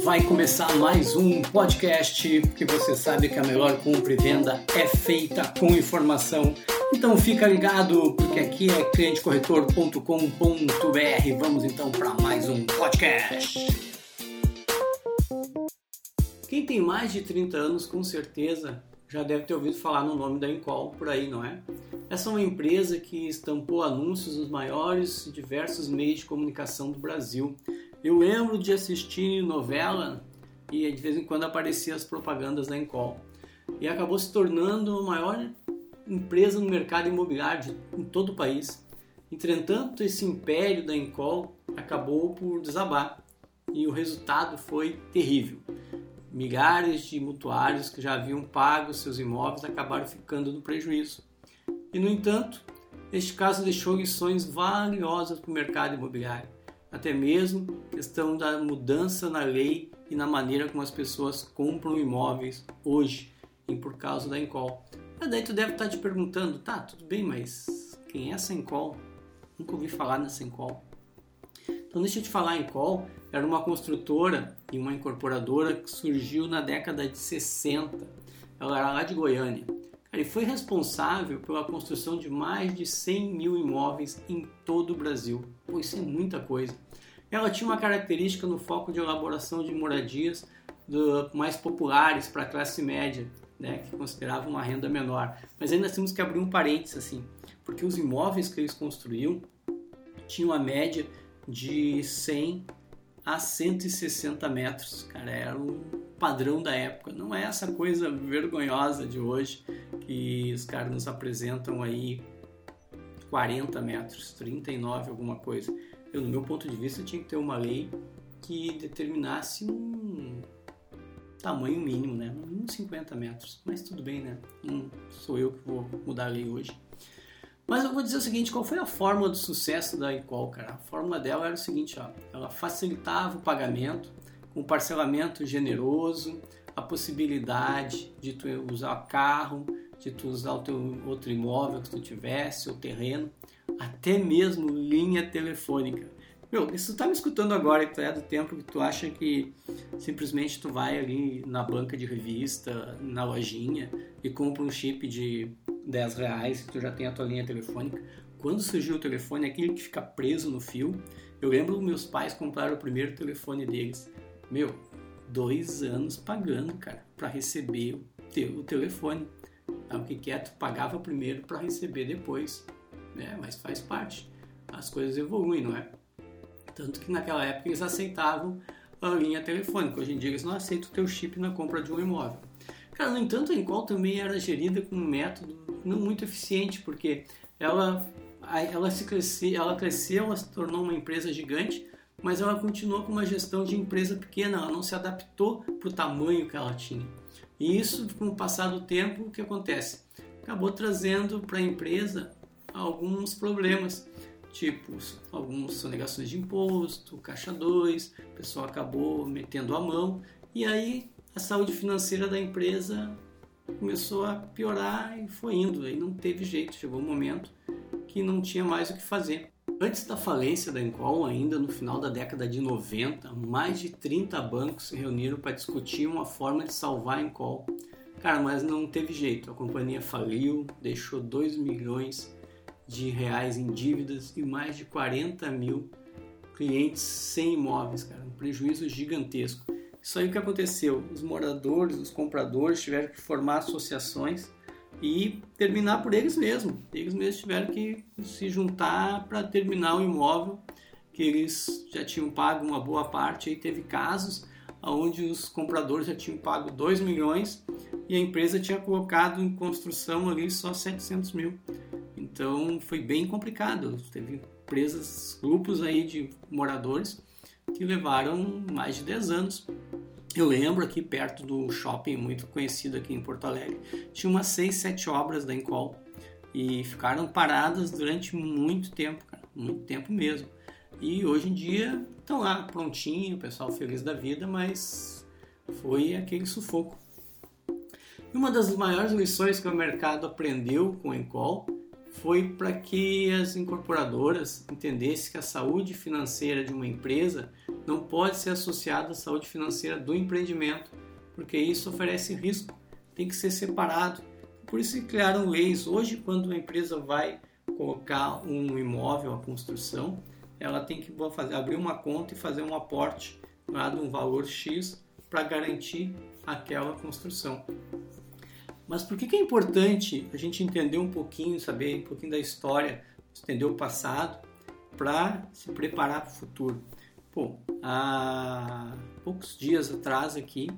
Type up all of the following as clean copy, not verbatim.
Vai começar mais um podcast que você sabe que a melhor compra e venda é feita com informação. Então fica ligado, porque aqui é clientecorretor.com.br. Vamos então para mais um podcast. Quem tem mais de 30 anos com certeza já deve ter ouvido falar no nome da Encol por aí, não é? Essa é uma empresa que estampou anúncios nos maiores e diversos meios de comunicação do Brasil. Eu lembro de assistir novela e de vez em quando apareciam as propagandas da Encol. E acabou se tornando a maior empresa no mercado imobiliário em todo o país. Entretanto, esse império da Encol acabou por desabar e o resultado foi terrível. Milhares de mutuários que já haviam pago seus imóveis acabaram ficando no prejuízo. E, no entanto, este caso deixou lições valiosas para o mercado imobiliário. Até mesmo questão da mudança na lei e na maneira como as pessoas compram imóveis hoje, e por causa da Encol. Mas daí tu deve estar te perguntando, tá, tudo bem, mas quem é essa Encol? Nunca ouvi falar nessa Encol. Então deixa eu te falar, a Encol era uma construtora e uma incorporadora que surgiu na década de 60. Ela era lá de Goiânia. E foi responsável pela construção de mais de 100 mil imóveis em todo o Brasil. Pô, isso é muita coisa. Ela tinha uma característica no foco de elaboração de moradias mais populares para a classe média, né, que considerava uma renda menor. Mas ainda temos que abrir um parênteses, assim, porque os imóveis que eles construíam tinham a média de 100 a 160 metros. Cara, era um padrão da época. Não é essa coisa vergonhosa de hoje que os caras nos apresentam aí 40 metros, 39 alguma coisa. Eu, no meu ponto de vista, tinha que ter uma lei que determinasse um tamanho mínimo, né? No mínimo 50 metros. Mas tudo bem, né? Não sou eu que vou mudar a lei hoje. Mas eu vou dizer o seguinte, qual foi a fórmula do sucesso da Encol, cara? A fórmula dela era o seguinte, ó, ela facilitava o pagamento com parcelamento generoso, a possibilidade de tu usar carro, de tu usar o teu outro imóvel que tu tivesse, o terreno, até mesmo linha telefônica. Meu, se tu tá me escutando agora e tu é do tempo que tu acha que simplesmente tu vai ali na banca de revista, na lojinha e compra um chip de R$10 e tu já tem a tua linha telefônica. Quando surgiu o telefone, aquele que fica preso no fio, eu lembro que meus pais compraram o primeiro telefone deles. Meu, 2 anos pagando, cara, para receber o telefone. O que é? Tu pagava primeiro para receber depois. Mas faz parte. As coisas evoluem, não é? Tanto que naquela época eles aceitavam a linha telefônica. Hoje em dia eles não aceitam o teu chip na compra de um imóvel. Cara, no entanto, a Encol também era gerida com um método não muito eficiente, porque ela cresceu, ela se tornou uma empresa gigante, mas ela continuou com uma gestão de empresa pequena, ela não se adaptou para o tamanho que ela tinha. E isso, com o passar do tempo, o que acontece? Acabou trazendo para a empresa alguns problemas, tipo algumas sonegações de imposto, caixa 2, o pessoal acabou metendo a mão, e aí a saúde financeira da empresa começou a piorar e foi indo, aí não teve jeito, chegou um momento que não tinha mais o que fazer. Antes da falência da Encol, ainda no final da década de 90, mais de 30 bancos se reuniram para discutir uma forma de salvar a Encol. Cara, mas não teve jeito, a companhia faliu, deixou 2 milhões de reais em dívidas e mais de 40 mil clientes sem imóveis, cara, um prejuízo gigantesco. Isso aí o que aconteceu, os moradores, os compradores tiveram que formar associações e terminar por eles mesmos. Eles mesmos tiveram que se juntar para terminar o imóvel, que eles já tinham pago uma boa parte. Aí teve casos onde os compradores já tinham pago 2 milhões e a empresa tinha colocado em construção ali só 700 mil. Então foi bem complicado. Teve grupos aí de moradores que levaram mais de 10 anos. Eu lembro aqui perto do shopping muito conhecido aqui em Porto Alegre, tinha umas 6, 7 obras da Encol e ficaram paradas durante muito tempo, cara, muito tempo mesmo. E hoje em dia estão lá prontinho, o pessoal feliz da vida, mas foi aquele sufoco. E uma das maiores lições que o mercado aprendeu com a Encol foi para que as incorporadoras entendessem que a saúde financeira de uma empresa não pode ser associado à saúde financeira do empreendimento, porque isso oferece risco, tem que ser separado. Por isso que criaram leis. Hoje, quando uma empresa vai colocar um imóvel à construção, ela tem que abrir uma conta e fazer um aporte lá de um valor X para garantir aquela construção. Mas por que é importante a gente entender um pouquinho, saber um pouquinho da história, entender o passado, para se preparar para o futuro? Há poucos dias atrás aqui,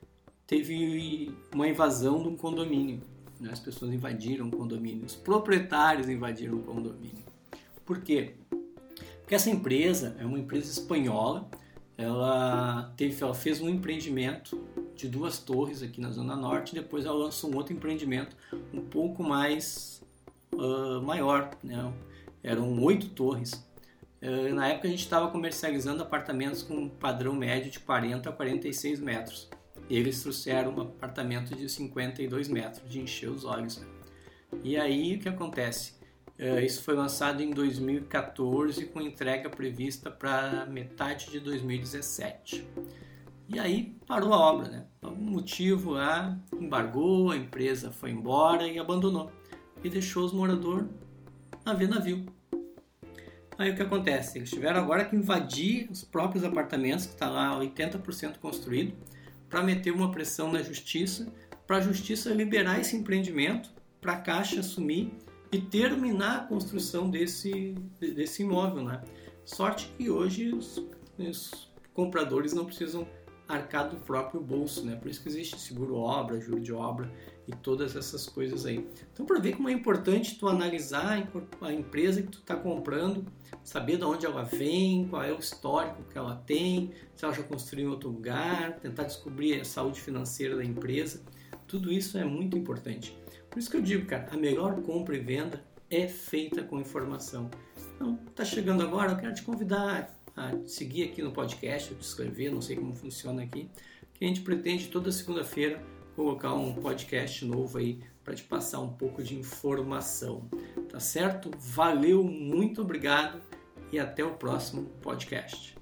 teve uma invasão de um condomínio. As pessoas invadiram o condomínio, os proprietários invadiram o condomínio. Por quê? Porque essa empresa é uma empresa espanhola, ela fez um empreendimento de 2 torres aqui na Zona Norte, depois ela lançou um outro empreendimento um pouco mais maior, né? Eram 8 torres. Na época a gente estava comercializando apartamentos com um padrão médio de 40 a 46 metros. Eles trouxeram um apartamento de 52 metros, de encher os olhos. Né? E aí o que acontece? Isso foi lançado em 2014 com entrega prevista para metade de 2017. E aí parou a obra, né? Por algum motivo lá, embargou, a empresa foi embora e abandonou. E deixou os moradores a ver navio. Aí o que acontece? Eles tiveram agora que invadir os próprios apartamentos, que está lá 80% construído, para meter uma pressão na justiça, para a justiça liberar esse empreendimento, para a Caixa assumir e terminar a construção desse imóvel, né? Sorte que hoje os compradores não precisam arcar do próprio bolso, né? Por isso que existe seguro-obra, juro de obra e todas essas coisas aí. Então, para ver como é importante tu analisar a empresa que tu está comprando, saber de onde ela vem, qual é o histórico que ela tem, se ela já construiu em outro lugar, tentar descobrir a saúde financeira da empresa. Tudo isso é muito importante. Por isso que eu digo, cara, a melhor compra e venda é feita com informação. Então, tá chegando agora, eu quero te convidar a seguir aqui no podcast, ou te inscrever, não sei como funciona aqui, que a gente pretende toda segunda-feira colocar um podcast novo aí para te passar um pouco de informação. Tá certo? Valeu, muito obrigado e até o próximo podcast.